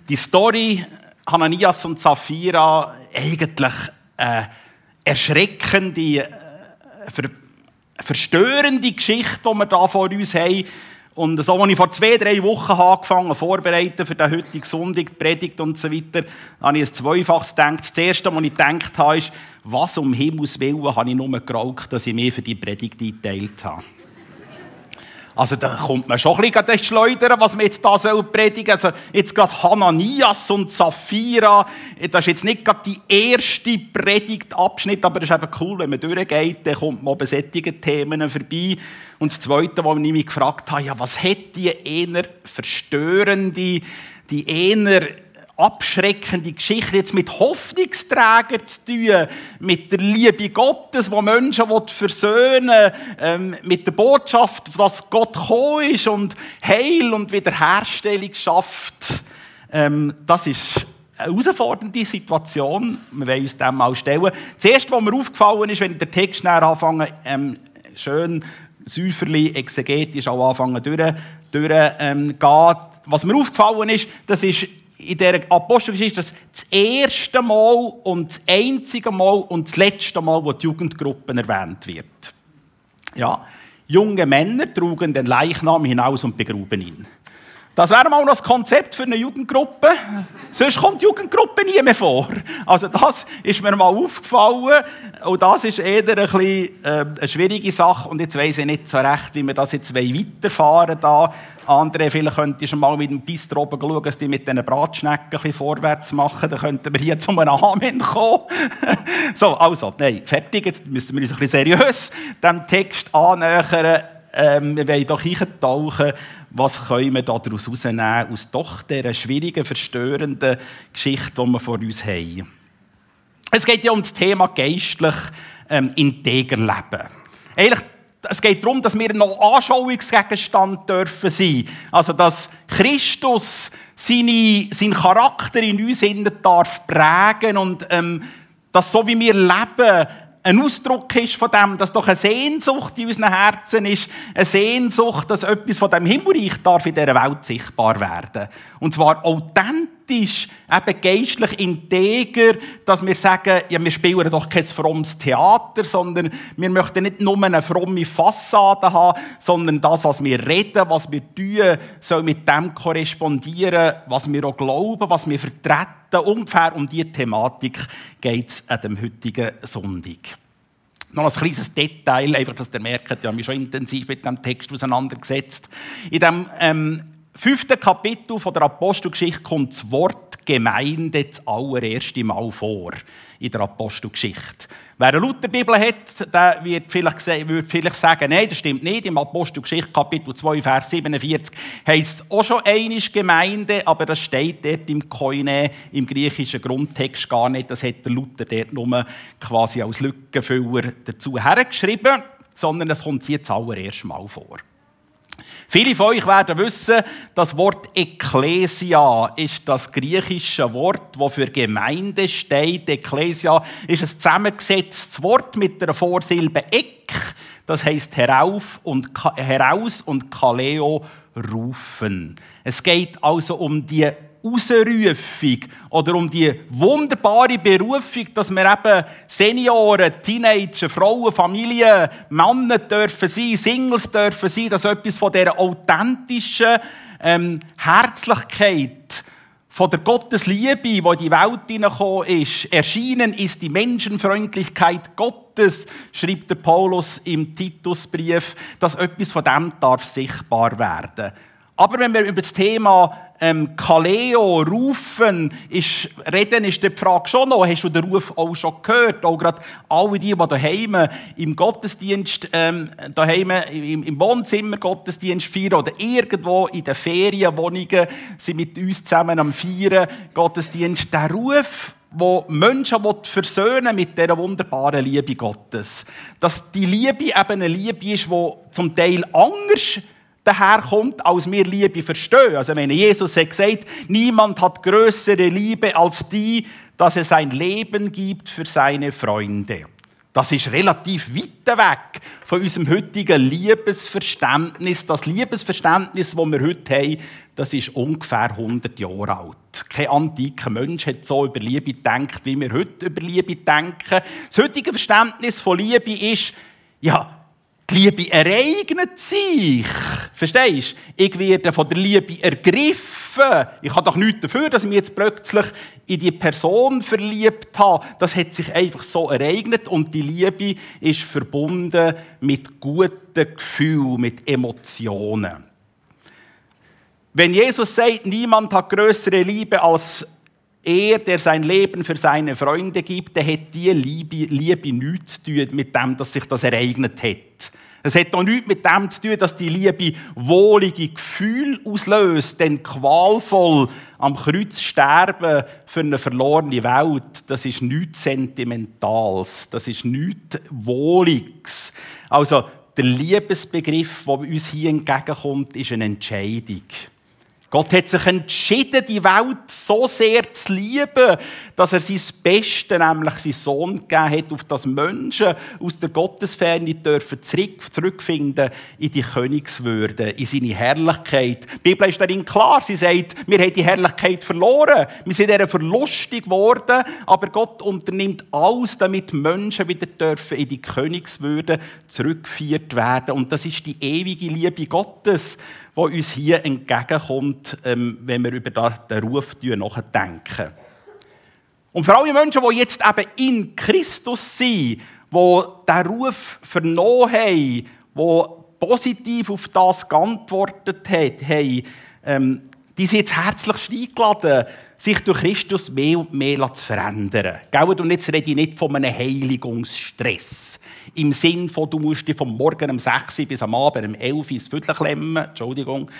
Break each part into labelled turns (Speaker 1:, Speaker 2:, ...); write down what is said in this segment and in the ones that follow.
Speaker 1: Die Story Hananias und Sapphira, eigentlich erschreckende, verstörende Geschichte, die wir hier vor uns haben. Und so, als ich vor 2-3 Wochen angefangen vorbereiten für den heutigen Sonntag, die Predigt und so weiter, habe ich ein Zweifaches gedacht. Das Erste, was ich gedacht habe, ist, was um Himmels Willen habe ich nur geraucht, dass ich mich für die Predigt eingeteilt habe. Also da kommt man schon ein bisschen schleudern, was man jetzt da predigen soll. Also jetzt gerade Hananias und Sapphira, das ist jetzt nicht gerade die erste Predigtabschnitt, aber es ist eben cool, wenn man durchgeht, dann kommt man bei solchen Themen vorbei. Und das Zweite, was ich mich gefragt habe, ja, was hat die eher verstörende, die eher abschreckende Geschichte jetzt mit Hoffnungsträgern zu tun, mit der Liebe Gottes, die Menschen versöhnen will, mit der Botschaft, dass Gott gekommen ist und Heil und Wiederherstellung schafft. Das ist eine herausfordernde Situation. Wir wollen uns dem mal stellen. Das Erste, was mir aufgefallen ist, wenn der Text näher anfangen, schön säuferlich, exegetisch auch anfangen durchgeht. Was mir aufgefallen ist, das ist in dieser Apostelgeschichte das erste Mal und das einzige Mal und das letzte Mal, wo die Jugendgruppe erwähnt wird. Ja, junge Männer trugen den Leichnam hinaus und begruben ihn. Das wäre mal noch das Konzept für eine Jugendgruppe. Sonst kommt die Jugendgruppe nie mehr vor. Also das ist mir mal aufgefallen. Und das ist eher ein bisschen, eine schwierige Sache. Und jetzt weiss ich nicht so recht, wie wir das jetzt weiterfahren wollen. André, vielleicht könnt ihr schon mal mit dem Bistro oben schauen, dass die mit diesen Bratschnecken ein bisschen vorwärts machen. Dann könnten wir hier zu einem Amen kommen. So, also, nein, fertig. Jetzt müssen wir uns ein bisschen seriös dem Text annähern. Wir wollen doch eintauchen, was können wir daraus herausnehmen, aus doch dieser schwierigen, verstörenden Geschichte, die wir vor uns haben. Es geht ja um das Thema geistlich integer Leben. Eigentlich, es geht darum, dass wir noch Anschauungsgegenstand dürfen sein. Also, dass Christus seinen Charakter in uns darf prägen und dass so wie wir leben, ein Ausdruck ist von dem, dass doch eine Sehnsucht in unseren Herzen ist, eine Sehnsucht, dass etwas von dem Himmelreich darf in dieser Welt sichtbar werden. Und zwar authentisch, eben geistlich integer, dass wir sagen, ja, wir spielen doch kein frommes Theater, sondern wir möchten nicht nur eine fromme Fassade haben, sondern das, was wir reden, was wir tun, soll mit dem korrespondieren, was wir auch glauben, was wir vertreten. Ungefähr um diese Thematik geht es an dem heutigen Sonntag. Noch ein kleines Detail, einfach, dass ihr merkt, ich habe mich schon intensiv mit dem Text auseinandergesetzt. In dem 5. Kapitel von der Apostelgeschichte kommt das Wort Gemeinde das allererste Mal vor in der Apostelgeschichte. Wer eine Lutherbibel hat, der wird vielleicht sagen, nein, das stimmt nicht. Im Apostelgeschichte Kapitel 2, Vers 47 heisst es auch schon einmal Gemeinde, aber das steht dort im Koine, im griechischen Grundtext gar nicht. Das hat der Luther dort nur quasi als Lückenfüller dazu hergeschrieben, sondern es kommt hier das allererste Mal vor. Viele von euch werden wissen, das Wort Ekklesia ist das griechische Wort, das für Gemeinde steht. Ekklesia ist ein zusammengesetztes Wort mit der Vorsilbe Ek. Das heisst heraus und Kaleo rufen. Es geht also um die Ausrufung oder um die wunderbare Berufung, dass wir eben Senioren, Teenager, Frauen, Familien, Männer dürfen sein, Singles dürfen sein, dass etwas von dieser authentischen Herzlichkeit, von der Gottesliebe, die in die Welt hineingekommen ist, erschienen ist die Menschenfreundlichkeit Gottes, schreibt der Paulus im Titusbrief, dass etwas von dem darf sichtbar werden. Aber wenn wir über das Thema Kaleo, rufen, reden, ist die Frage schon noch, hast du den Ruf auch schon gehört? Auch gerade alle die daheim im Gottesdienst, daheim im Wohnzimmer Gottesdienst feiern oder irgendwo in den Ferienwohnungen sind mit uns zusammen am Feiern Gottesdienst. Der Ruf, wo Menschen versöhnen mit dieser wunderbaren Liebe Gottes. Dass die Liebe eben eine Liebe ist, die zum Teil anders daherkommt, als wir Liebe verstehen. Also wenn Jesus hat gesagt, niemand hat größere Liebe als die, dass er sein Leben gibt für seine Freunde. Das ist relativ weit weg von unserem heutigen Liebesverständnis. Das Liebesverständnis, das wir heute haben, das ist ungefähr 100 Jahre alt. Kein antiker Mensch hat so über Liebe gedacht, wie wir heute über Liebe denken. Das heutige Verständnis von Liebe ist, ja, die Liebe ereignet sich. Verstehst du? Ich werde von der Liebe ergriffen. Ich habe doch nichts dafür, dass ich mich jetzt plötzlich in die Person verliebt habe. Das hat sich einfach so ereignet und die Liebe ist verbunden mit guten Gefühlen, mit Emotionen. Wenn Jesus sagt, niemand hat größere Liebe als er, der sein Leben für seine Freunde gibt, dann hat diese Liebe nichts zu tun mit dem, dass sich das ereignet hat. Es hat auch nichts mit dem zu tun, dass die Liebe wohlige Gefühle auslöst, denn qualvoll am Kreuz sterben für eine verlorene Welt, das ist nichts Sentimentales, das ist nichts Wohliges. Also der Liebesbegriff, der uns hier entgegenkommt, ist eine Entscheidung. Gott hat sich entschieden, die Welt so sehr zu lieben, dass er sein Bestes, nämlich seinen Sohn gegeben hat, auf das Menschen aus der Gottesferne zurückfinden in die Königswürde, in seine Herrlichkeit. Die Bibel ist darin klar, sie sagt, wir haben die Herrlichkeit verloren, wir sind dieser verlustig geworden, aber Gott unternimmt alles, damit Menschen wieder dürfen in die Königswürde zurückgeführt werden. Und das ist die ewige Liebe Gottes, die uns hier entgegenkommt, wenn wir über den Ruf nachdenken. Und für alle Menschen, die jetzt eben in Christus sind, die diesen Ruf vernommen haben, die positiv auf das geantwortet haben, die sind jetzt herzlichst eingeladen, sich durch Christus mehr und mehr zu verändern. Und jetzt rede ich nicht von einem Heiligungsstress. Im Sinn von, du musst dich vom Morgen um 6 Uhr bis am Abend um 11 Uhr ins Viertel klemmen, Entschuldigung,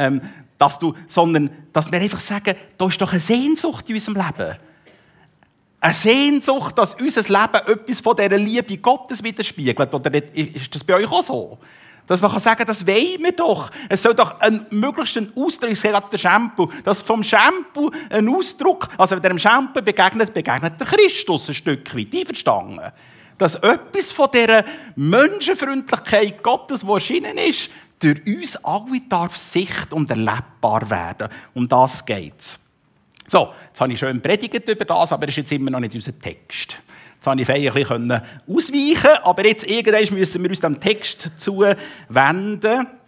Speaker 1: sondern dass wir einfach sagen, da ist doch eine Sehnsucht in unserem Leben. Eine Sehnsucht, dass unser Leben etwas von dieser Liebe Gottes widerspiegelt. Oder ist das bei euch auch so? Dass man sagen kann, das wollen wir doch. Es soll doch möglichst ein Ausdruck, ich sehe gerade den Shampoo, dass vom Shampoo ein Ausdruck, also wenn der dem Shampoo begegnet der Christus ein Stück weit. Einverstanden? Dass etwas von dieser Menschenfreundlichkeit Gottes, die erschienen ist, durch uns alle darf sicht- und erlebbar werden. Um das geht es. So, jetzt habe ich schon predigt über das, aber das ist jetzt immer noch nicht unser Text. Jetzt habe ich ein bisschen ausweichen, aber jetzt irgendwann müssen wir uns dem Text zuwenden.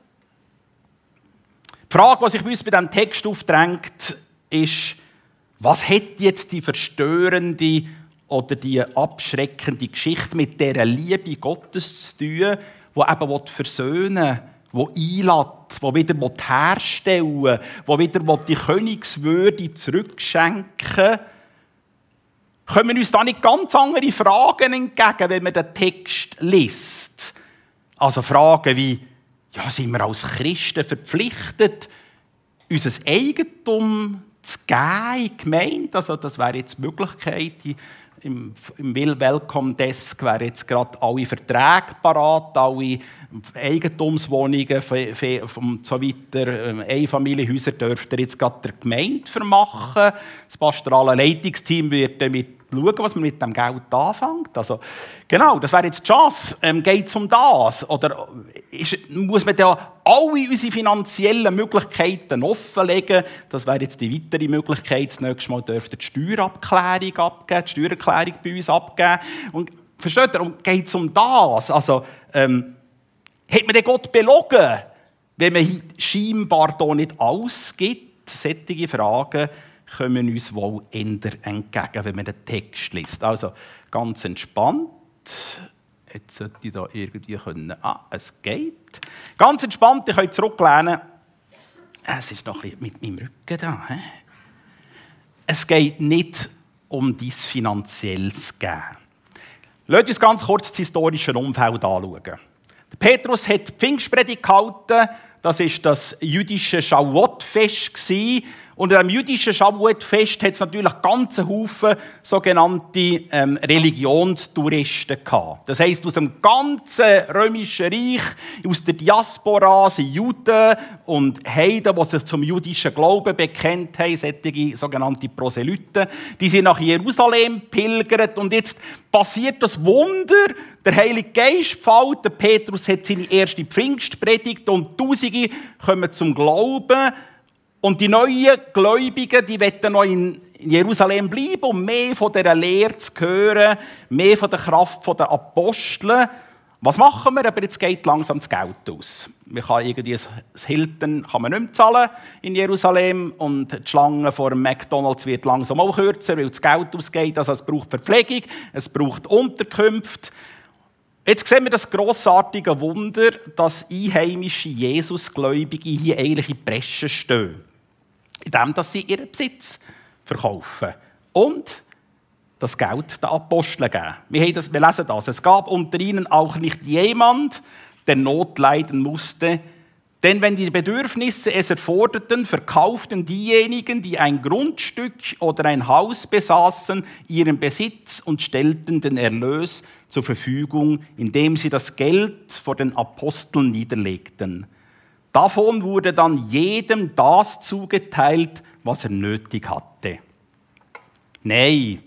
Speaker 1: Die Frage, die sich bei uns bei diesem Text aufdrängt, ist, was hat jetzt die verstörende oder die abschreckende Geschichte mit dieser Liebe Gottes zu tun, die eben versöhnen will, die einlädt, die wieder herstellen will, die wieder die Königswürde zurückschenken will. Kommen uns da nicht ganz andere Fragen entgegen, wenn man den Text liest? Also Fragen wie, ja, sind wir als Christen verpflichtet, unser Eigentum zu geben in die Gemeinde? Also das wäre jetzt die Möglichkeit. Im Welcome Desk wären jetzt gerade alle Verträge parat, alle Eigentumswohnungen und so weiter, Einfamilienhäuser dürfte jetzt gerade der Gemeinde vermachen. Das pastorale Leitungsteam wird damit schauen, was man mit dem Geld anfängt. Also, genau, das wäre jetzt die Chance. Geht es um das? Oder muss man da alle unsere finanziellen Möglichkeiten offenlegen? Das wäre jetzt die weitere Möglichkeit. Das nächste Mal dürfte die Steuererklärung abgeben, die Steuererklärung bei uns abgeben. Und versteht ihr, geht es um das? Also, hat man den Gott belogen, wenn man scheinbar hier nicht alles gibt? Solche Fragen kommen uns wohl eher entgegen, wenn man den Text liest. Also ganz entspannt. Jetzt sollte ich da irgendwie können. Es geht. Ganz entspannt, ich kann zurücklehnen. Es ist noch ein bisschen mit meinem Rücken da. He? Es geht nicht um dein finanzielles Geben. Lasst uns ganz kurz das historische Umfeld anschauen. Petrus hat die Pfingstpredigt gehalten. Das war das jüdische Schawwat-Fest. Und am jüdischen Schabbat-Fest hat es natürlich ganz Haufen sogenannte Religionstouristen gehabt. Das heisst, aus dem ganzen römischen Reich, aus der Diaspora, sind Juden und Heiden, die sich zum jüdischen Glauben bekennt haben, solche sogenannte Proselyten, die sind nach Jerusalem pilgert und jetzt passiert das Wunder, der Heilige Geist fällt, der Petrus hat seine erste Pfingstpredigt und Tausende kommen zum Glauben. Und die neuen Gläubigen, die wollen noch in Jerusalem bleiben, um mehr von dieser Lehre zu hören, mehr von der Kraft der Apostel. Was machen wir? Aber jetzt geht langsam das Geld aus. Man kann irgendwie das Hilton kann man nicht mehr zahlen in Jerusalem und die Schlange vor dem McDonald's wird langsam auch kürzer, weil das Geld ausgeht. Also es braucht Verpflegung, es braucht Unterkünfte. Jetzt sehen wir das grossartige Wunder, dass einheimische Jesusgläubige hier eigentlich in die Bresche stehen. Indem sie ihren Besitz verkaufen und das Geld den Aposteln geben. Wir lesen das. Es gab unter ihnen auch nicht jemand, der Not leiden musste, denn wenn die Bedürfnisse es erforderten, verkauften diejenigen, die ein Grundstück oder ein Haus besaßen, ihren Besitz und stellten den Erlös zur Verfügung, indem sie das Geld vor den Aposteln niederlegten. Davon wurde dann jedem das zugeteilt, was er nötig hatte. Nein,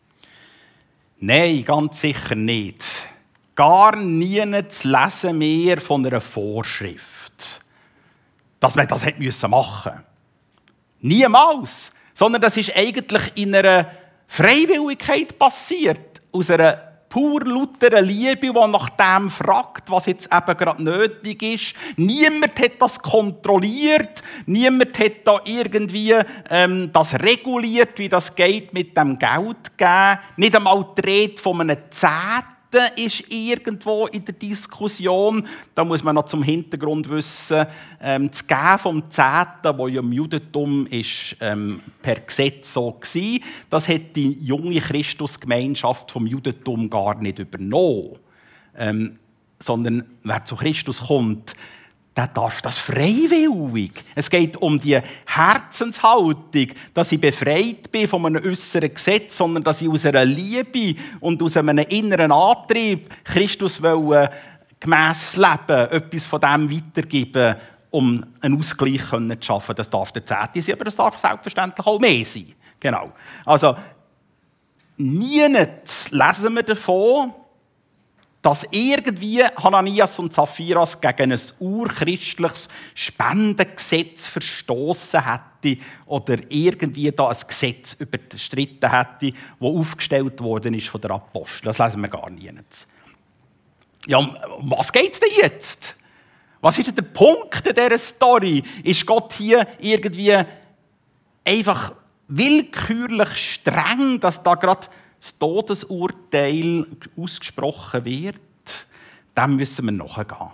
Speaker 1: ganz sicher nicht. Gar nie lesen wir von einer Vorschrift, dass man das machen musste. Niemals. Sondern das ist eigentlich in einer Freiwilligkeit passiert, aus einer pur lauter Liebe, die nach dem fragt, was jetzt eben gerade nötig ist. Niemand hat das kontrolliert, niemand hat da irgendwie das reguliert, wie das geht mit dem Geld geben. Nicht einmal die Rede von einem Zehnten ist irgendwo in der Diskussion. Da muss man noch zum Hintergrund wissen, das Geben vom Zehnten, das ja im Judentum ist, per Gesetz so war, das hat die junge Christusgemeinschaft vom Judentum gar nicht übernommen. Sondern wer zu Christus kommt, der darf das freiwillig. Es geht um die Herzenshaltung, dass ich befreit bin von einem äußeren Gesetz, sondern dass ich aus einer Liebe und aus einem inneren Antrieb Christus gemäss Leben etwas von dem weitergeben, um einen Ausgleich zu schaffen. Das darf der Zehnte sein, aber das darf selbstverständlich auch mehr sein. Genau. Also, nirgends lesen wir davon, dass irgendwie Hananias und Saphiras gegen ein urchristliches Spendengesetz verstoßen hätte oder irgendwie da ein Gesetz überstritten hätte, das aufgestellt worden ist von der Apostel. Das lesen wir gar nicht. Ja, um was geht es denn jetzt? Was ist denn der Punkt in dieser Story? Ist Gott hier irgendwie einfach willkürlich streng, dass da gerade das Todesurteil ausgesprochen wird? Dem müssen wir nachgehen.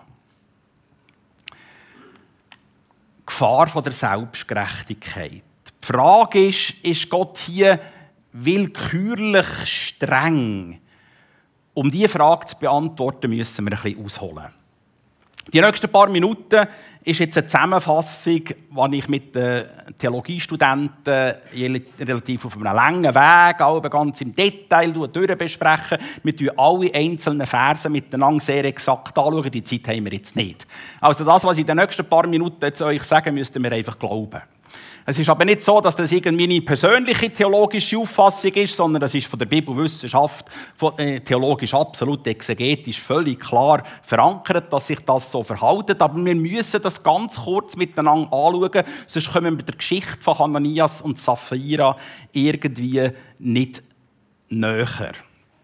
Speaker 1: Die Gefahr von der Selbstgerechtigkeit. Die Frage ist Gott hier willkürlich streng? Um diese Frage zu beantworten, müssen wir ein bisschen ausholen. Die nächsten paar Minuten ist jetzt eine Zusammenfassung, die ich mit den Theologiestudenten relativ auf einem langen Weg, aber ganz im Detail durchbesprechen. Wir schauen alle einzelnen Verse miteinander sehr exakt anschauen. Die Zeit haben wir jetzt nicht. Also das, was ich in den nächsten paar Minuten jetzt euch sage, müsst ihr mir einfach glauben. Es ist aber nicht so, dass das irgendwie meine persönliche theologische Auffassung ist, sondern das ist von der Bibelwissenschaft theologisch absolut exegetisch völlig klar verankert, dass sich das so verhält. Aber wir müssen das ganz kurz miteinander anschauen, sonst kommen wir mit der Geschichte von Hananias und Sapphira irgendwie nicht näher.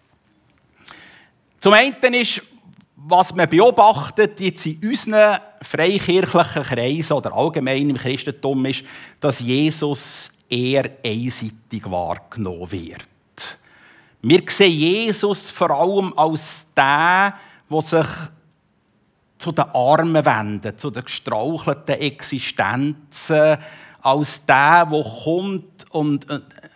Speaker 1: Zum einen ist, was man beobachtet jetzt in unseren freikirchlichen Kreisen oder allgemein im Christentum ist, dass Jesus eher einseitig wahrgenommen wird. Wir sehen Jesus vor allem als der, der sich zu den Armen wendet, zu den gestrauchelten Existenzen, als der kommt und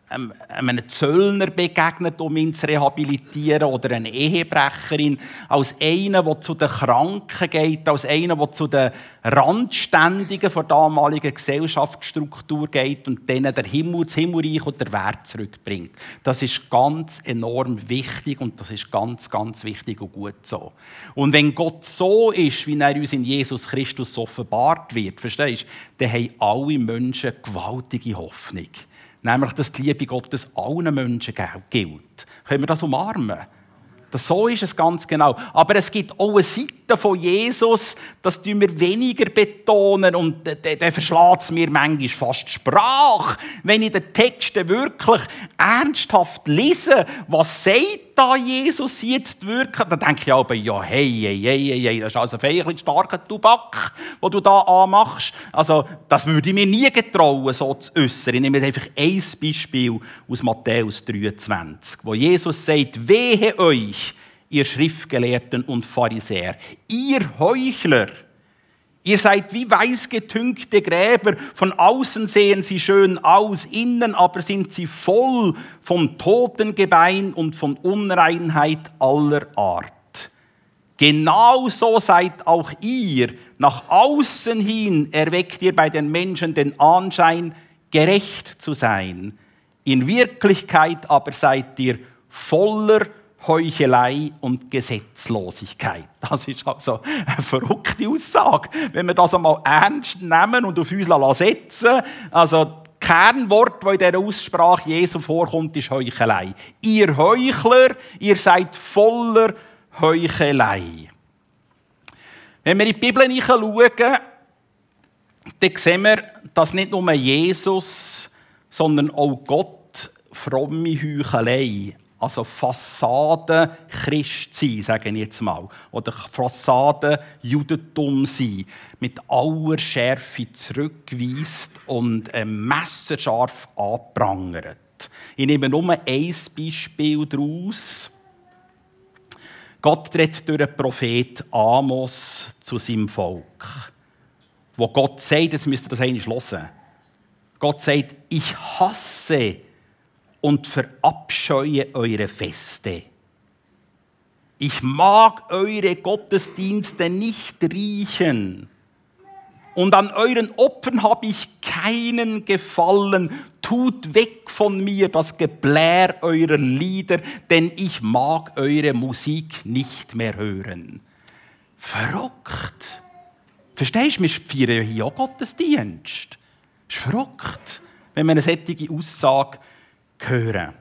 Speaker 1: einem Zöllner begegnet, um ihn zu rehabilitieren, oder eine Ehebrecherin, als einer, der zu den Kranken geht, als einer, der zu den Randständigen der damaligen Gesellschaftsstruktur geht und denen das Himmelreich und der Wert zurückbringt. Das ist ganz enorm wichtig und das ist ganz, ganz wichtig und gut so. Und wenn Gott so ist, wie er uns in Jesus Christus offenbart wird, verstehst du, dann haben alle Menschen gewaltige Hoffnung. Nämlich, dass die Liebe Gottes allen Menschen gilt. Können wir das umarmen? So ist es ganz genau. Aber es gibt auch eine Seite von Jesus, das tun wir weniger betonen und der verschlägt es mir manchmal fast die Sprache. Wenn ich den Text wirklich ernsthaft lese, was sagt da Jesus jetzt wirklich? Dann denke ich aber, ja, hey, das ist also ein starker Tobak, den du da anmachst. Also, das würde ich mir nie getrauen, so zu äußern. Ich nehme einfach ein Beispiel aus Matthäus 23, wo Jesus sagt, wehe euch, ihr Schriftgelehrten und Pharisäer, ihr Heuchler, ihr seid wie weißgetünchte Gräber, von außen sehen sie schön aus, innen aber sind sie voll von Totengebein und von Unreinheit aller Art. Genauso seid auch ihr, nach außen hin erweckt ihr bei den Menschen den Anschein, gerecht zu sein. In Wirklichkeit aber seid ihr voller Heuchelei und Gesetzlosigkeit. Das ist also eine verrückte Aussage. Wenn wir das einmal ernst nehmen und auf uns setzen, also das Kernwort, das in dieser Aussprache Jesu vorkommt, ist Heuchelei. Ihr Heuchler, ihr seid voller Heuchelei. Wenn wir in die Bibel hineinschauen, dann sehen wir, dass nicht nur Jesus, sondern auch Gott fromme Heuchelei, also Fassade Christ sein, sage ich jetzt mal, oder Fassade Judentum sein, mit aller Schärfe zurückweist und messerscharf anprangert. Ich nehme nur ein Beispiel daraus. Gott tritt durch den Prophet Amos zu seinem Volk, wo Gott sagt, jetzt müsst ihr das einmal hören. Gott sagt, ich hasse und verabscheue eure Feste. Ich mag eure Gottesdienste nicht riechen. Und an euren Opfern habe ich keinen Gefallen. Tut weg von mir das Geblär eurer Lieder, denn ich mag eure Musik nicht mehr hören. Verrückt. Verstehst du, wir feiern ja hier auch Gottesdienst. Das ist verrückt, wenn wir eine solche Aussage hören.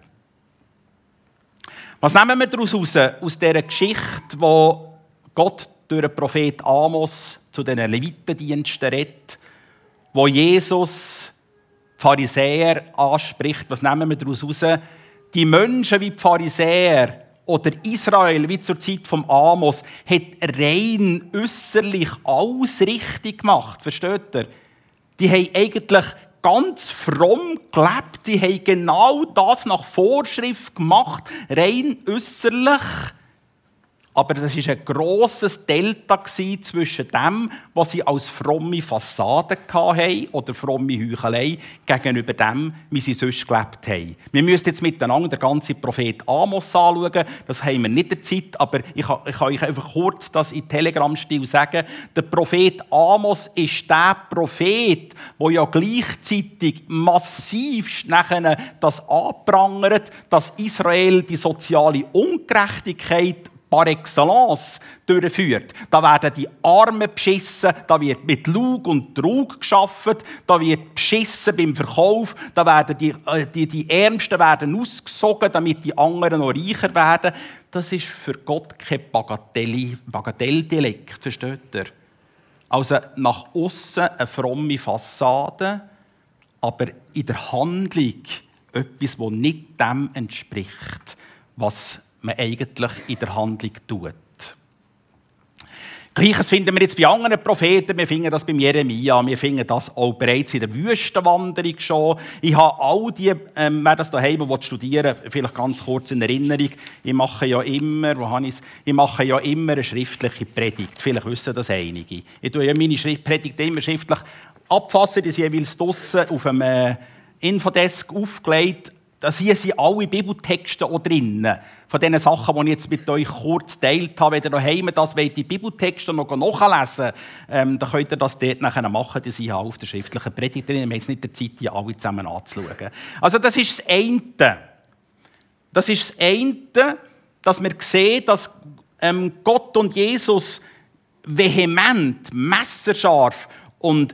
Speaker 1: Was nehmen wir daraus raus, aus dieser Geschichte, wo Gott durch den Prophet Amos zu den Levitendiensten redet, wo Jesus die Pharisäer anspricht? Was nehmen wir daraus raus? Die Menschen wie die Pharisäer oder Israel, wie zur Zeit von Amos, hat rein äußerlich alles richtig gemacht. Versteht ihr? Die haben eigentlich ganz fromm gelebt. Die haben genau das nach Vorschrift gemacht, rein äußerlich. Aber das war ein grosses Delta zwischen dem, was sie als fromme Fassade hatten oder fromme Heuchelei, gegenüber dem, wie sie sonst gelebt haben. Wir müssen jetzt miteinander den ganzen Prophet Amos anschauen. Das haben wir nicht der Zeit, aber ich kann euch einfach kurz das in Telegram-Stil sagen. Der Prophet Amos ist der Prophet, der ja gleichzeitig massiv nachher das anprangert, dass Israel die soziale Ungerechtigkeit par excellence durchführt. Da werden die Armen beschissen, da wird mit Lug und Trug gearbeitet, da wird beschissen beim Verkauf, da werden die Ärmsten werden ausgesogen, damit die anderen noch reicher werden. Das ist für Gott kein Bagatelldelikt, versteht ihr? Also nach aussen eine fromme Fassade, aber in der Handlung etwas, das nicht dem entspricht, was man eigentlich in der Handlung tut. Gleiches finden wir jetzt bei anderen Propheten. Wir finden das beim Jeremia. Wir finden das auch bereits in der Wüstenwanderung schon. Ich habe all die, wer das daheim studieren will, vielleicht ganz kurz in Erinnerung. Ich mache ja immer eine schriftliche Predigt. Vielleicht wissen das einige. Ich tue ja meine Predigten immer schriftlich abfassen. Die sind jeweils draussen auf einem Infodesk aufgelegt. hier sind alle Bibeltexte auch drin. Von den Sachen, die ich jetzt mit euch kurz geteilt habe. Wenn ihr daheim das wollt, die Bibeltexte noch nachlesen, dann könnt ihr das dort nachher machen. Die sind auf der schriftlichen Predigt drin. Wir haben jetzt nicht die Zeit, die alle zusammen anzuschauen. Also das ist das eine. Das ist das eine, dass wir sehen, dass Gott und Jesus vehement, messerscharf und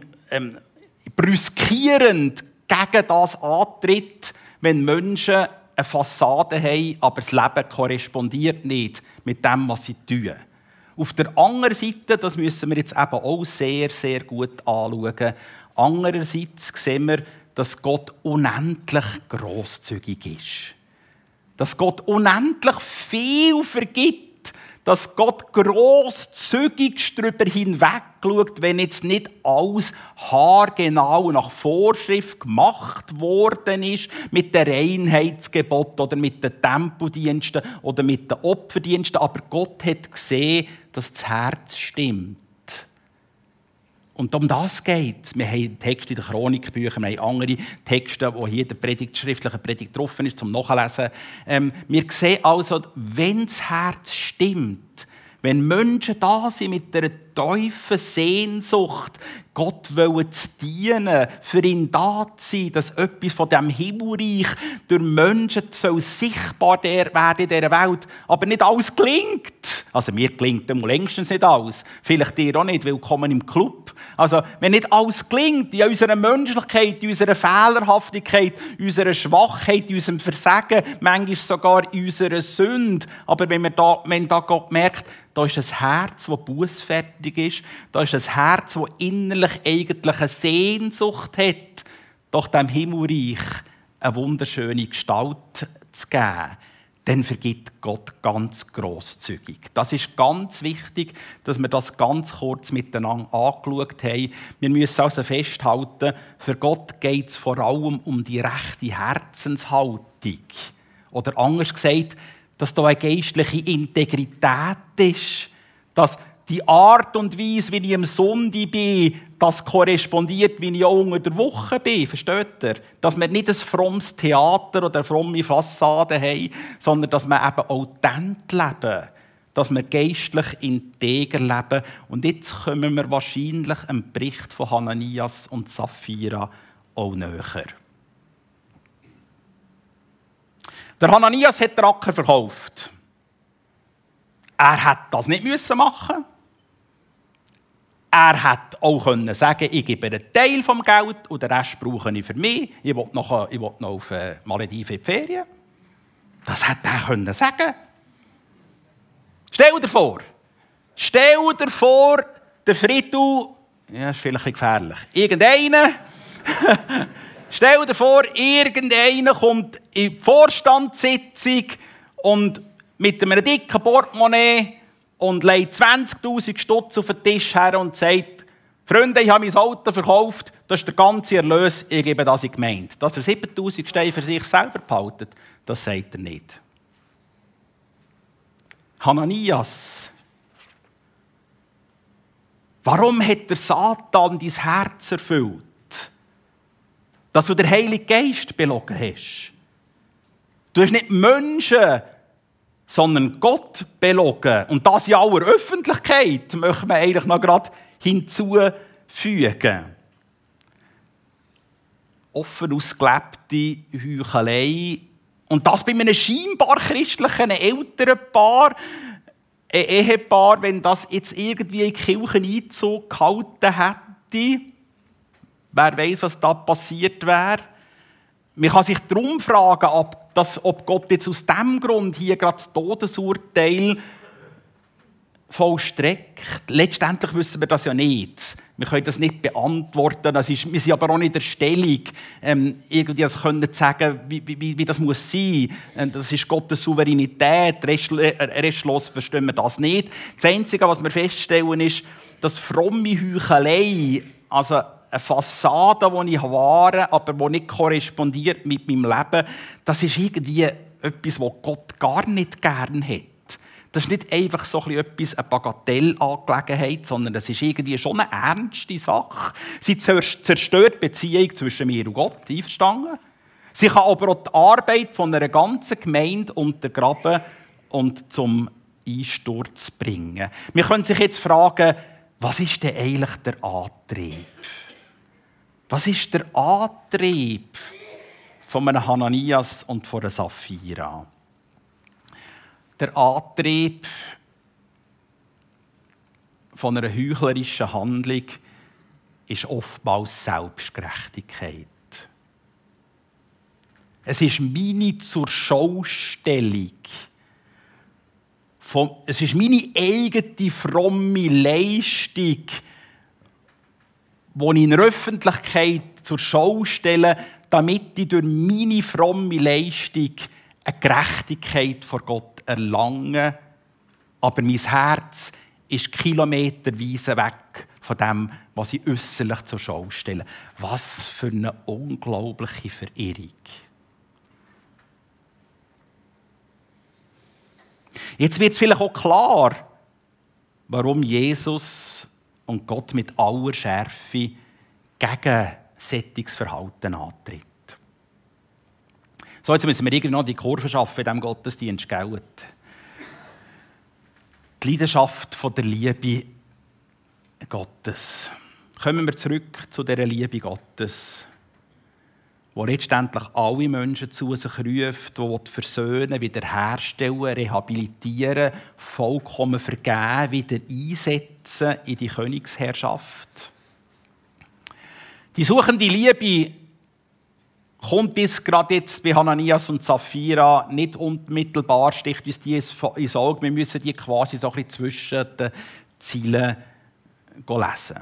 Speaker 1: brüskierend gegen das antritt, wenn Menschen eine Fassade haben, aber das Leben korrespondiert nicht mit dem, was sie tun. Auf der anderen Seite, das müssen wir jetzt eben auch sehr, sehr gut anschauen, andererseits sehen wir, dass Gott unendlich grosszügig ist. Dass Gott unendlich viel vergibt. Dass Gott grosszügig darüber hinweg schaut, wenn jetzt nicht alles haargenau nach Vorschrift gemacht worden ist, mit den Reinheitsgeboten oder mit den Tempeldiensten oder mit den Opferdiensten. Aber Gott hat gesehen, dass das Herz stimmt. Und um das geht es. Wir haben Texte in den Chronikbüchern, wir haben andere Texte, wo hier die schriftliche Predigt drauf ist, zum Nachlesen. Wir sehen also, wenn das Herz stimmt, wenn Menschen da sind mit einer tiefen Sehnsucht, Gott zu dienen, für ihn da zu sein, dass etwas von diesem Himmelreich durch Menschen soll sichtbar werden in dieser Welt, aber nicht alles gelingt. Also mir gelingt längstens nicht alles. Vielleicht dir auch nicht, willkommen im Club. Also wenn nicht alles gelingt, in unserer Menschlichkeit, in unserer Fehlerhaftigkeit, in unserer Schwachheit, in unserem Versagen, manchmal sogar in unserer Sünde. Aber wenn da Gott merkt, da ist ein Herz, das bußfertig ist, da ist ein Herz, das innerlich eigentlich eine Sehnsucht hat, doch dem Himmelreich eine wunderschöne Gestalt zu geben, dann vergibt Gott ganz grosszügig. Das ist ganz wichtig, dass wir das ganz kurz miteinander angeschaut haben. Wir müssen also festhalten, für Gott geht es vor allem um die rechte Herzenshaltung. Oder anders gesagt, dass da eine geistliche Integrität ist, dass die Art und Weise, wie ich am Sonntag bin, das korrespondiert, wie ich auch unter der Woche bin. Versteht ihr? Dass wir nicht ein frommes Theater oder eine fromme Fassade haben, sondern dass wir eben authent leben. Dass wir geistlich integer leben. Und jetzt kommen wir wahrscheinlich am Bericht von Hananias und Sapphira auch näher. Der Hananias hat den Acker verkauft. Er hätte das nicht machen müssen. Er hätte auch sagen, ich gebe einen Teil des Geldes und den Rest brauche ich für mich. Ich will noch auf Malediven in die Ferien. Das hätte er sagen können. Stell dir vor, der Friedel, ja, ist vielleicht gefährlich, irgendeiner, stell dir vor, irgendeiner kommt in die Vorstandssitzung und mit einem dicken Portemonnaie und legt 20'000 Stutz auf den Tisch her und sagt, Freunde, ich habe mein Auto verkauft, das ist der ganze Erlös, ich gebe das in die Gemeinde. Dass er 7'000 Steine für sich selber behaltet, das sagt er nicht. Hananias, warum hat der Satan dein Herz erfüllt? Dass du den Heiligen Geist belogen hast. Du hast nicht Menschen, sondern Gott belogen. Und das in aller Öffentlichkeit möchte man eigentlich noch gerade hinzufügen. Offen ausgelebte Heuchelei. Und das bei einem scheinbar christlichen Elternpaar, ein Ehepaar, wenn das jetzt irgendwie in die Kirche Einzug gehalten hätte, wer weiß, was da passiert wäre. Man kann sich darum fragen, ob Gott jetzt aus diesem Grund hier gerade das Todesurteil vollstreckt. Letztendlich wissen wir das ja nicht. Wir können das nicht beantworten. Wir sind aber auch nicht in der Stellung, irgendwie das zu sagen, wie das muss sein. Das ist Gottes Souveränität. Restlos verstehen wir das nicht. Das Einzige, was wir feststellen, ist, dass fromme Heuchelei, also eine Fassade, die ich wahre, aber die nicht korrespondiert mit meinem Leben, das ist irgendwie etwas, was Gott gar nicht gern hat. Das ist nicht einfach so etwas, eine Bagatellangelegenheit, sondern das ist irgendwie schon eine ernste Sache. Sie zerstört die Beziehung zwischen mir und Gott, einverstanden? Sie kann aber auch die Arbeit von einer ganzen Gemeinde untergraben und zum Einsturz bringen. Wir können sich jetzt fragen, was ist denn eigentlich der Antrieb? Was ist der Antrieb von einem Hananias und von einer Sapphira? Der Antrieb von einer heuchlerischen Handlung ist oftmals Selbstgerechtigkeit. Es ist meine Zurschaustellung. Es ist meine eigene fromme Leistung, die ich in der Öffentlichkeit zur Schau stelle, damit ich durch meine fromme Leistung eine Gerechtigkeit vor Gott erlange. Aber mein Herz ist kilometerweise weg von dem, was ich äußerlich zur Schau stelle. Was für eine unglaubliche Verirrung. Jetzt wird es vielleicht auch klar, warum Jesus und Gott mit aller Schärfe gegen solches Verhalten antritt. So, jetzt müssen wir irgendwie noch die Kurve schaffen in diesem Gottesdienst. Gell? Die Leidenschaft von der Liebe Gottes. Kommen wir zurück zu dieser Liebe Gottes, die letztendlich alle Menschen zu sich ruft, die versöhnen, wiederherstellen, rehabilitieren, vollkommen vergeben, wieder einsetzen in die Königsherrschaft. Die suchende Liebe kommt bis gerade jetzt bei Hananias und Sapphira nicht unmittelbar, sticht uns die ins Auge. Wir müssen die quasi so ein bisschen zwischen den Zeilen lesen.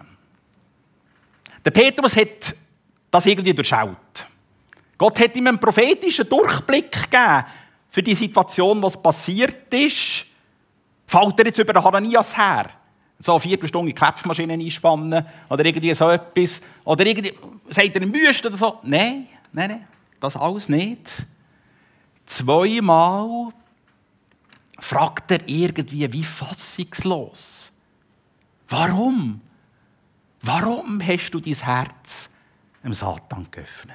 Speaker 1: Der Petrus hat das irgendwie durchschaut. Gott hat ihm einen prophetischen Durchblick gegeben für die Situation, was passiert ist. Fällt er jetzt über den Hananias her? So eine Viertelstunde in die Klapsmaschine einspannen oder irgendwie so etwas? Oder irgendwie, sagt er in Wüste oder so? Nein, das alles nicht. Zweimal fragt er irgendwie wie fassungslos. Warum? Warum hast du dein Herz dem Satan geöffnet?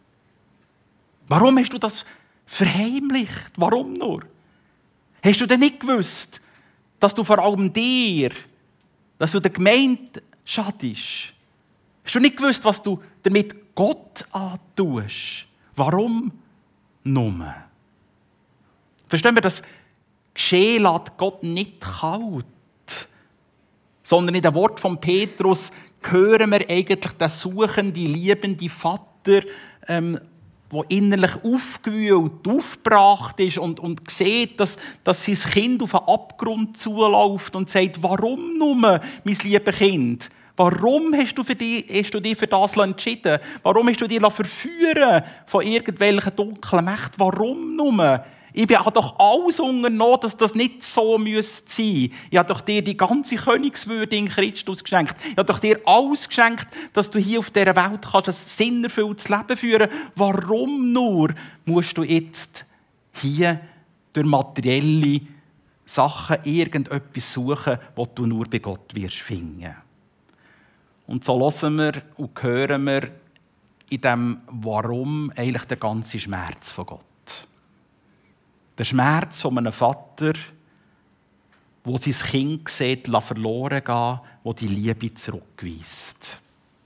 Speaker 1: Warum hast du das verheimlicht? Warum nur? Hast du denn nicht gewusst, dass du vor allem dir, dass du der Gemeinde schadest? Hast du nicht gewusst, was du damit Gott antust? Warum nur? Verstehen wir, das Geschehen lässt Gott nicht kalt, sondern in dem Wort von Petrus hören wir eigentlich den suchenden, liebenden Vater, der innerlich aufgewühlt, aufgebracht ist und sieht, dass sein Kind auf einen Abgrund zuläuft und sagt, warum nur, mein liebes Kind? Warum hast du dich für das entschieden? Warum hast du dich verführen von irgendwelchen dunklen Mächten? Warum nur? Ich habe doch alles unternommen, dass das nicht so sein müsste. Ich habe doch dir die ganze Königswürde in Christus geschenkt. Ich habe doch dir alles geschenkt, dass du hier auf dieser Welt kannst, ein sinnerfülltes Leben führen kannst. Warum nur musst du jetzt hier durch materielle Sachen irgendetwas suchen, was du nur bei Gott wirst finden? Und so hören wir und hören wir in dem Warum eigentlich der ganze Schmerz von Gott. Der Schmerz von einem Vater, der sein Kind sieht, verloren gehen, der die Liebe zurückweist.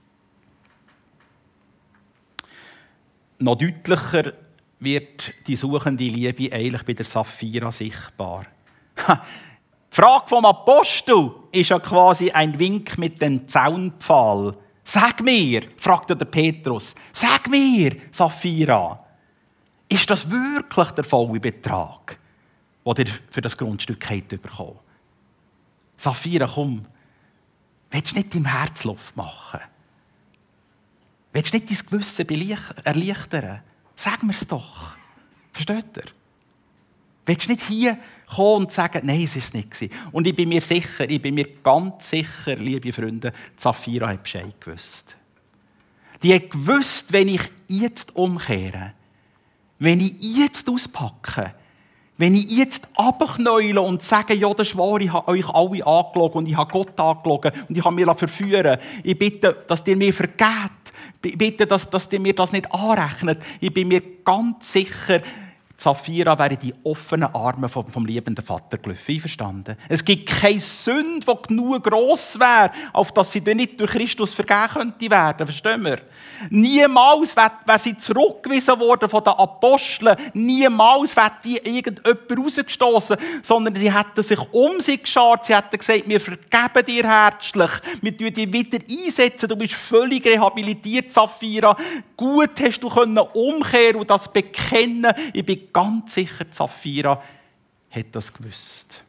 Speaker 1: Noch deutlicher wird die suchende Liebe eigentlich bei der Sapphira sichtbar. Die Frage vom Apostel ist ja quasi ein Wink mit dem Zaunpfahl. Sag mir, fragte der Petrus, sag mir, Sapphira, ist das wirklich der volle Betrag, den ihr für das Grundstück bekommen habt? Sapphira, komm, willst du nicht deinem Herz Luft machen? Willst du nicht dein Gewissen erleichtern? Sag mir's doch. Versteht ihr? Willst du nicht hier kommen und sagen, nein, es war es nicht. Und ich bin mir ganz sicher, liebe Freunde, Sapphira hat Bescheid gewusst. Die hat gewusst, wenn ich jetzt umkehre, wenn ich jetzt auspacke, Wenn ich jetzt runterknäule und sage, ja, das ist wahr, ich habe euch alle angelogen und ich habe Gott angelogen und ich habe mich verführen lassen. Ich bitte, dass ihr mir vergebt. Ich bitte, dass ihr mir das nicht anrechnet. Ich bin mir ganz sicher, Sapphira wäre in die offenen Arme vom liebenden Vater gelaufen. Einverstanden? Es gibt keine Sünde, die genug gross wäre, auf dass sie dann nicht durch Christus vergeben könnte werden. Verstehen wir? Niemals wäre sie zurückgewiesen worden von den Aposteln. Niemals wäre die irgendjemand rausgestoßen, sondern sie hätten sich um sie geschart. Sie hätten gesagt, wir vergeben dir herzlich. Wir tun dich wieder einsetzen. Du bist völlig rehabilitiert, Sapphira. Gut hast du können umkehren und das bekennen. Ich bin ganz sicher, Sapphira hat das gewusst.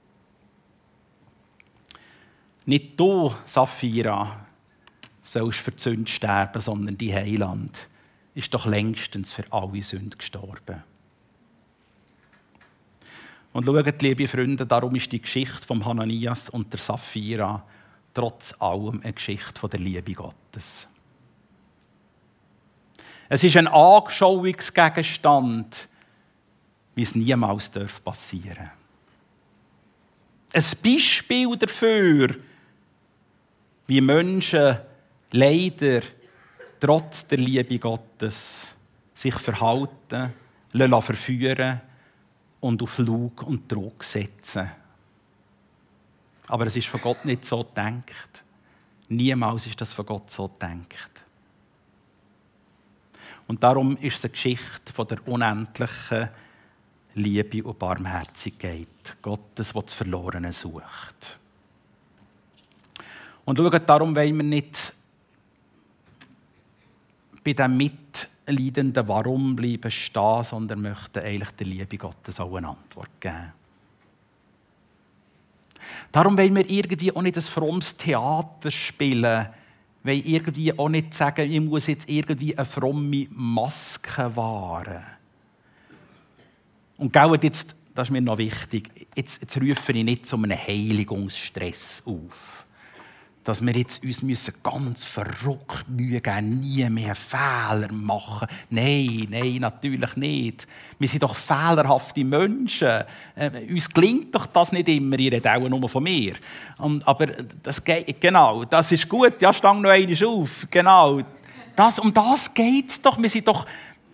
Speaker 1: Nicht du, Sapphira, sollst für die Sünde sterben, sondern die Heiland ist doch längstens für alle Sünden gestorben. Und schaut, liebe Freunde, darum ist die Geschichte von Hananias und der Sapphira trotz allem eine Geschichte von der Liebe Gottes. Es ist ein Anschauungsgegenstand, wie es niemals passieren darf. Ein Beispiel dafür, wie Menschen leider trotz der Liebe Gottes sich verhalten, verführen und auf Lug und Trug setzen. Aber es ist von Gott nicht so gedacht. Niemals ist das von Gott so gedacht. Und darum ist es eine Geschichte von der unendlichen Liebe und Barmherzigkeit Gottes, der das Verlorene sucht. Und schaut, darum wollen wir nicht bei dem mitleidenden Warum bleiben stehen, sondern möchten eigentlich der Liebe Gottes auch eine Antwort geben. Darum wollen wir irgendwie auch nicht ein frommes Theater spielen, weil irgendwie auch nicht sagen, ich muss jetzt irgendwie eine fromme Maske wahren. Und jetzt, das ist mir noch wichtig, jetzt rufe ich nicht zu einem Heiligungsstress auf. Dass wir jetzt uns ganz verrückt Mühe geben, nie mehr Fehler machen. Nein, natürlich nicht. Wir sind doch fehlerhafte Menschen. Uns gelingt doch das nicht immer, ich rede auch nur von mir. Aber das geht, genau, das ist gut, ja, stang noch einmal auf. Genau. Um das geht es doch. Wir sind doch.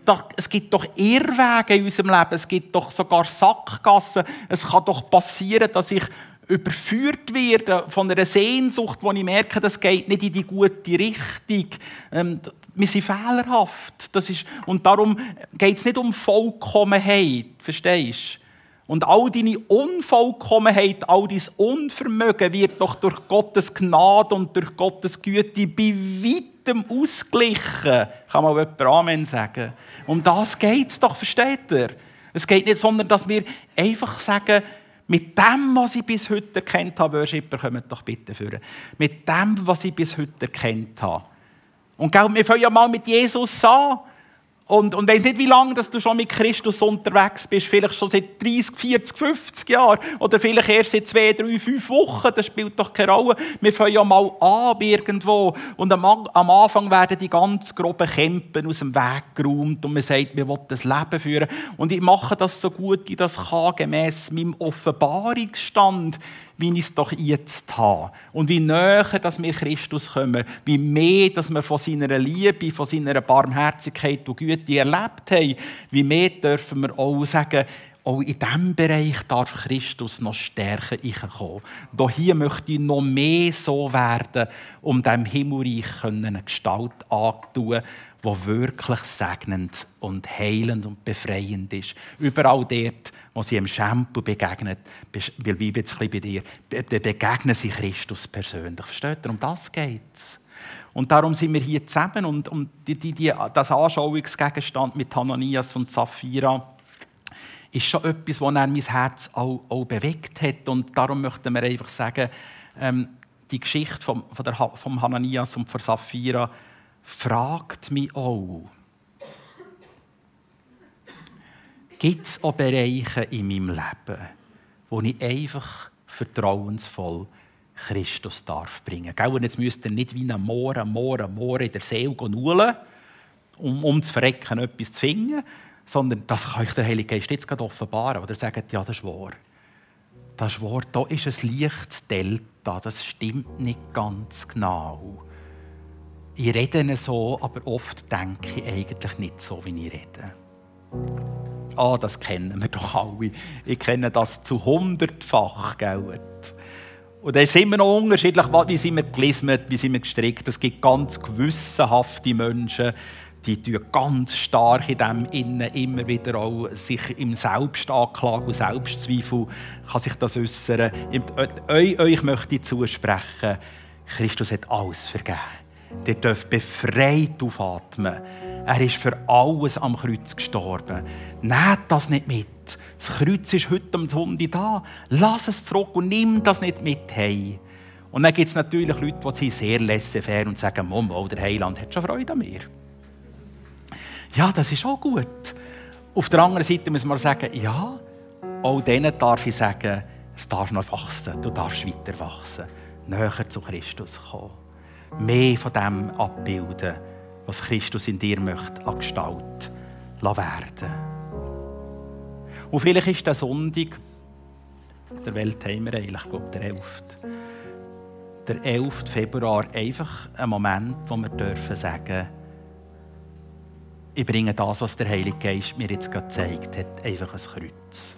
Speaker 1: Es gibt doch Irrwege in unserem Leben, es gibt doch sogar Sackgassen. Es kann doch passieren, dass ich überführt werde von einer Sehnsucht, wo ich merke, das geht nicht in die gute Richtung. Wir sind fehlerhaft. Und darum geht es nicht um Vollkommenheit, verstehst du? Und all deine Unvollkommenheit, all dein Unvermögen wird doch durch Gottes Gnade und durch Gottes Güte bei weitem ausgeglichen. Kann mal jemand Amen sagen? Um das geht es doch, versteht ihr? Es geht nicht, sondern dass wir einfach sagen, mit dem, was ich bis heute erkannt habe, Worshipper, kommt doch bitte führen. Mit dem, was ich bis heute erkannt habe. Und wir fangen ja mal mit Jesus an. Und weiss nicht, wie lange dass du schon mit Christus unterwegs bist. Vielleicht schon seit 30, 40, 50 Jahren. Oder vielleicht erst seit 2, 3, 5 Wochen. Das spielt doch keine Rolle. Wir fangen ja mal an irgendwo. Und am Anfang werden die ganz groben Kämpfe aus dem Weg geräumt. Und man sagt, wir wollen das Leben führen. Und ich mache das so gut, ich das kann, gemäss meinem Offenbarungsstand, wie ich es doch jetzt habe. Und wie näher dass wir Christus kommen, wie mehr dass wir von seiner Liebe, von seiner Barmherzigkeit und Güte erlebt haben, wie mehr dürfen wir auch sagen, auch in diesem Bereich darf Christus noch stärker kommen. Hier möchte ich noch mehr so werden, um dem Himmelreich eine Gestalt anzutun, die wirklich segnend und heilend und befreiend ist. Überall dort, wo sie im Shampoo begegnet, weil wir jetzt ein bisschen bei dir, begegnen sie Christus persönlich. Versteht ihr? Um das geht es. Und darum sind wir hier zusammen und das Anschauungsgegenstand mit Hananias und Sapphira ist schon etwas, was mein Herz auch bewegt hat. Und darum möchten wir einfach sagen, die Geschichte von Hananias und von Sapphira fragt mich auch, gibt es auch Bereiche in meinem Leben, wo ich einfach vertrauensvoll Christus darf bringen. Und jetzt müsst ihr nicht wie ein Mohren in der Seele nudeln, um zu verrecken etwas zu finden, sondern das kann euch der Heilige Geist jetzt gerade offenbaren. Oder sagt, ja, das ist wahr. Das ist wahr, da ist ein leichtes Delta, das stimmt nicht ganz genau. Ich rede so, aber oft denke ich eigentlich nicht so, wie ich rede. Das kennen wir doch alle. Ich kenne das zu 100-fach. Gell? Und da ist immer noch unterschiedlich, wie sind wir gelismet, wie sind wir gestrickt. Es gibt ganz gewissenhafte Menschen, die ganz stark in dem Innen immer wieder auch sich im Selbstanklage und Selbstzweifel kann sich das äußern. Euch möchte ich zusprechen, Christus hat alles vergeben. Ihr dürft befreit aufatmen. Er ist für alles am Kreuz gestorben. Nehmt das nicht mit. Das Kreuz ist heute am Sonntag da. Lass es zurück und nimm das nicht mit heim. Und dann gibt es natürlich Leute, die sind sehr laissez-faire und sagen, Mama, der Heiland hat schon Freude an mir. Ja, das ist auch gut. Auf der anderen Seite muss man sagen, ja, auch denen darf ich sagen, es darf noch wachsen, du darfst weiter wachsen, näher zu Christus kommen. Mehr von dem abbilden, was Christus in dir möchte, an Gestalt werden. Und vielleicht ist der Sonntag, der Welt haben wir eigentlich, ich glaube, der 11. Februar, einfach ein Moment, wo wir dürfen sagen, ich bringe das, was der Heilige Geist mir jetzt gerade gezeigt hat, einfach ans Kreuz.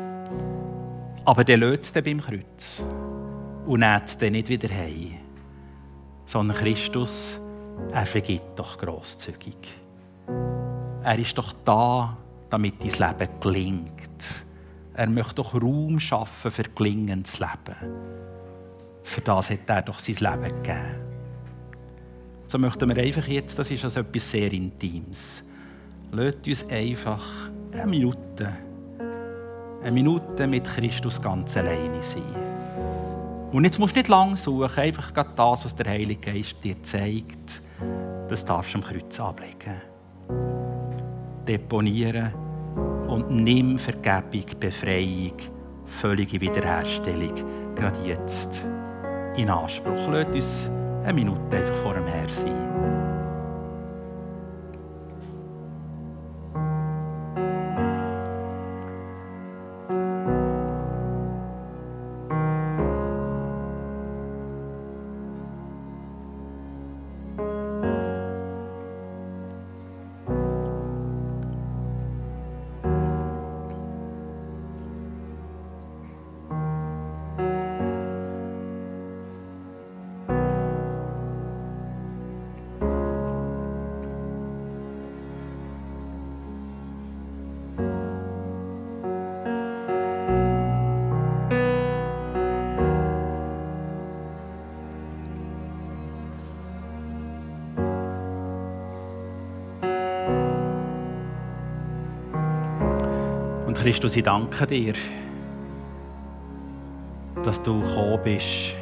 Speaker 1: Aber der lässt es dann beim Kreuz und nimmt es dann nicht wieder heim. Sondern Christus, er vergibt doch grosszügig. Er ist doch da, damit dein Leben gelingt. Er möchte doch Raum schaffen für gelingendes Leben. Für das hat er doch sein Leben gegeben. So möchten wir einfach jetzt, das ist also etwas sehr Intimes, lasst uns einfach eine Minute mit Christus ganz alleine sein. Und jetzt musst du nicht lange suchen, einfach das, was der Heilige Geist dir zeigt, das darfst du am Kreuz ablegen. Deponieren und nimm Vergebung, Befreiung, völlige Wiederherstellung gerade jetzt in Anspruch. Lasst uns eine Minute einfach vor dem Herrn sein. Und Christus, ich danke dir, dass du gekommen bist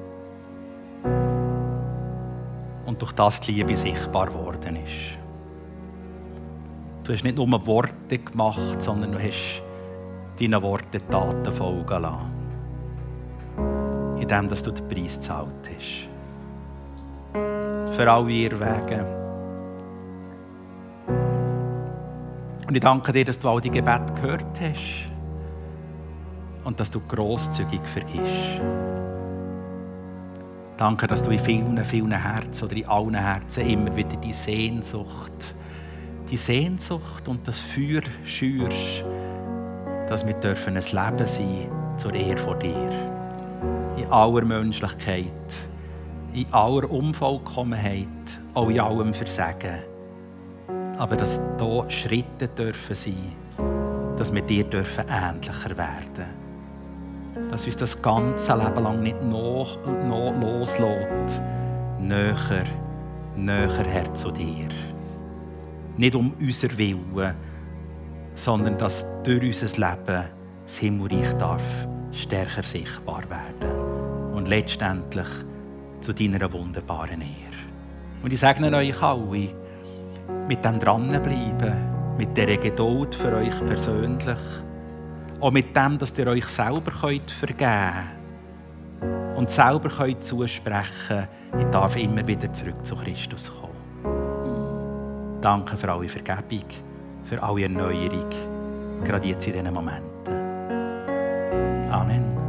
Speaker 1: und durch das die Liebe sichtbar geworden ist. Du hast nicht nur Worte gemacht, sondern du hast deinen Worten Taten folgen lassen. Indem dass du den Preis gezahlt hast. Für alle Irrwege. Und ich danke dir, dass du all die Gebete gehört hast und dass du grosszügig vergisst. Danke, dass du in vielen, vielen Herzen oder in allen Herzen immer wieder die Sehnsucht und das Feuer schürst, dass wir dürfen ein Leben sein zur Ehre von dir. In aller Menschlichkeit, in aller Unvollkommenheit, auch in allem Versagen. Aber dass da Schritte dürfen sein, dass wir dir dürfen ähnlicher werden. Dass uns das ganze Leben lang nicht noch loslässt, näher her zu dir. Nicht um unser Willen, sondern dass durch unser Leben das Himmelreich darf stärker sichtbar werden. Und letztendlich zu deiner wunderbaren Ehre. Und ich segne euch alle, mit dem dranbleiben, mit dieser Geduld für euch persönlich, auch mit dem, dass ihr euch selber vergeben könnt und selber zusprechen könnt, ich darf immer wieder zurück zu Christus kommen. Danke für eure Vergebung für alle Erneuerung, gerade jetzt in diesen Momenten. Amen.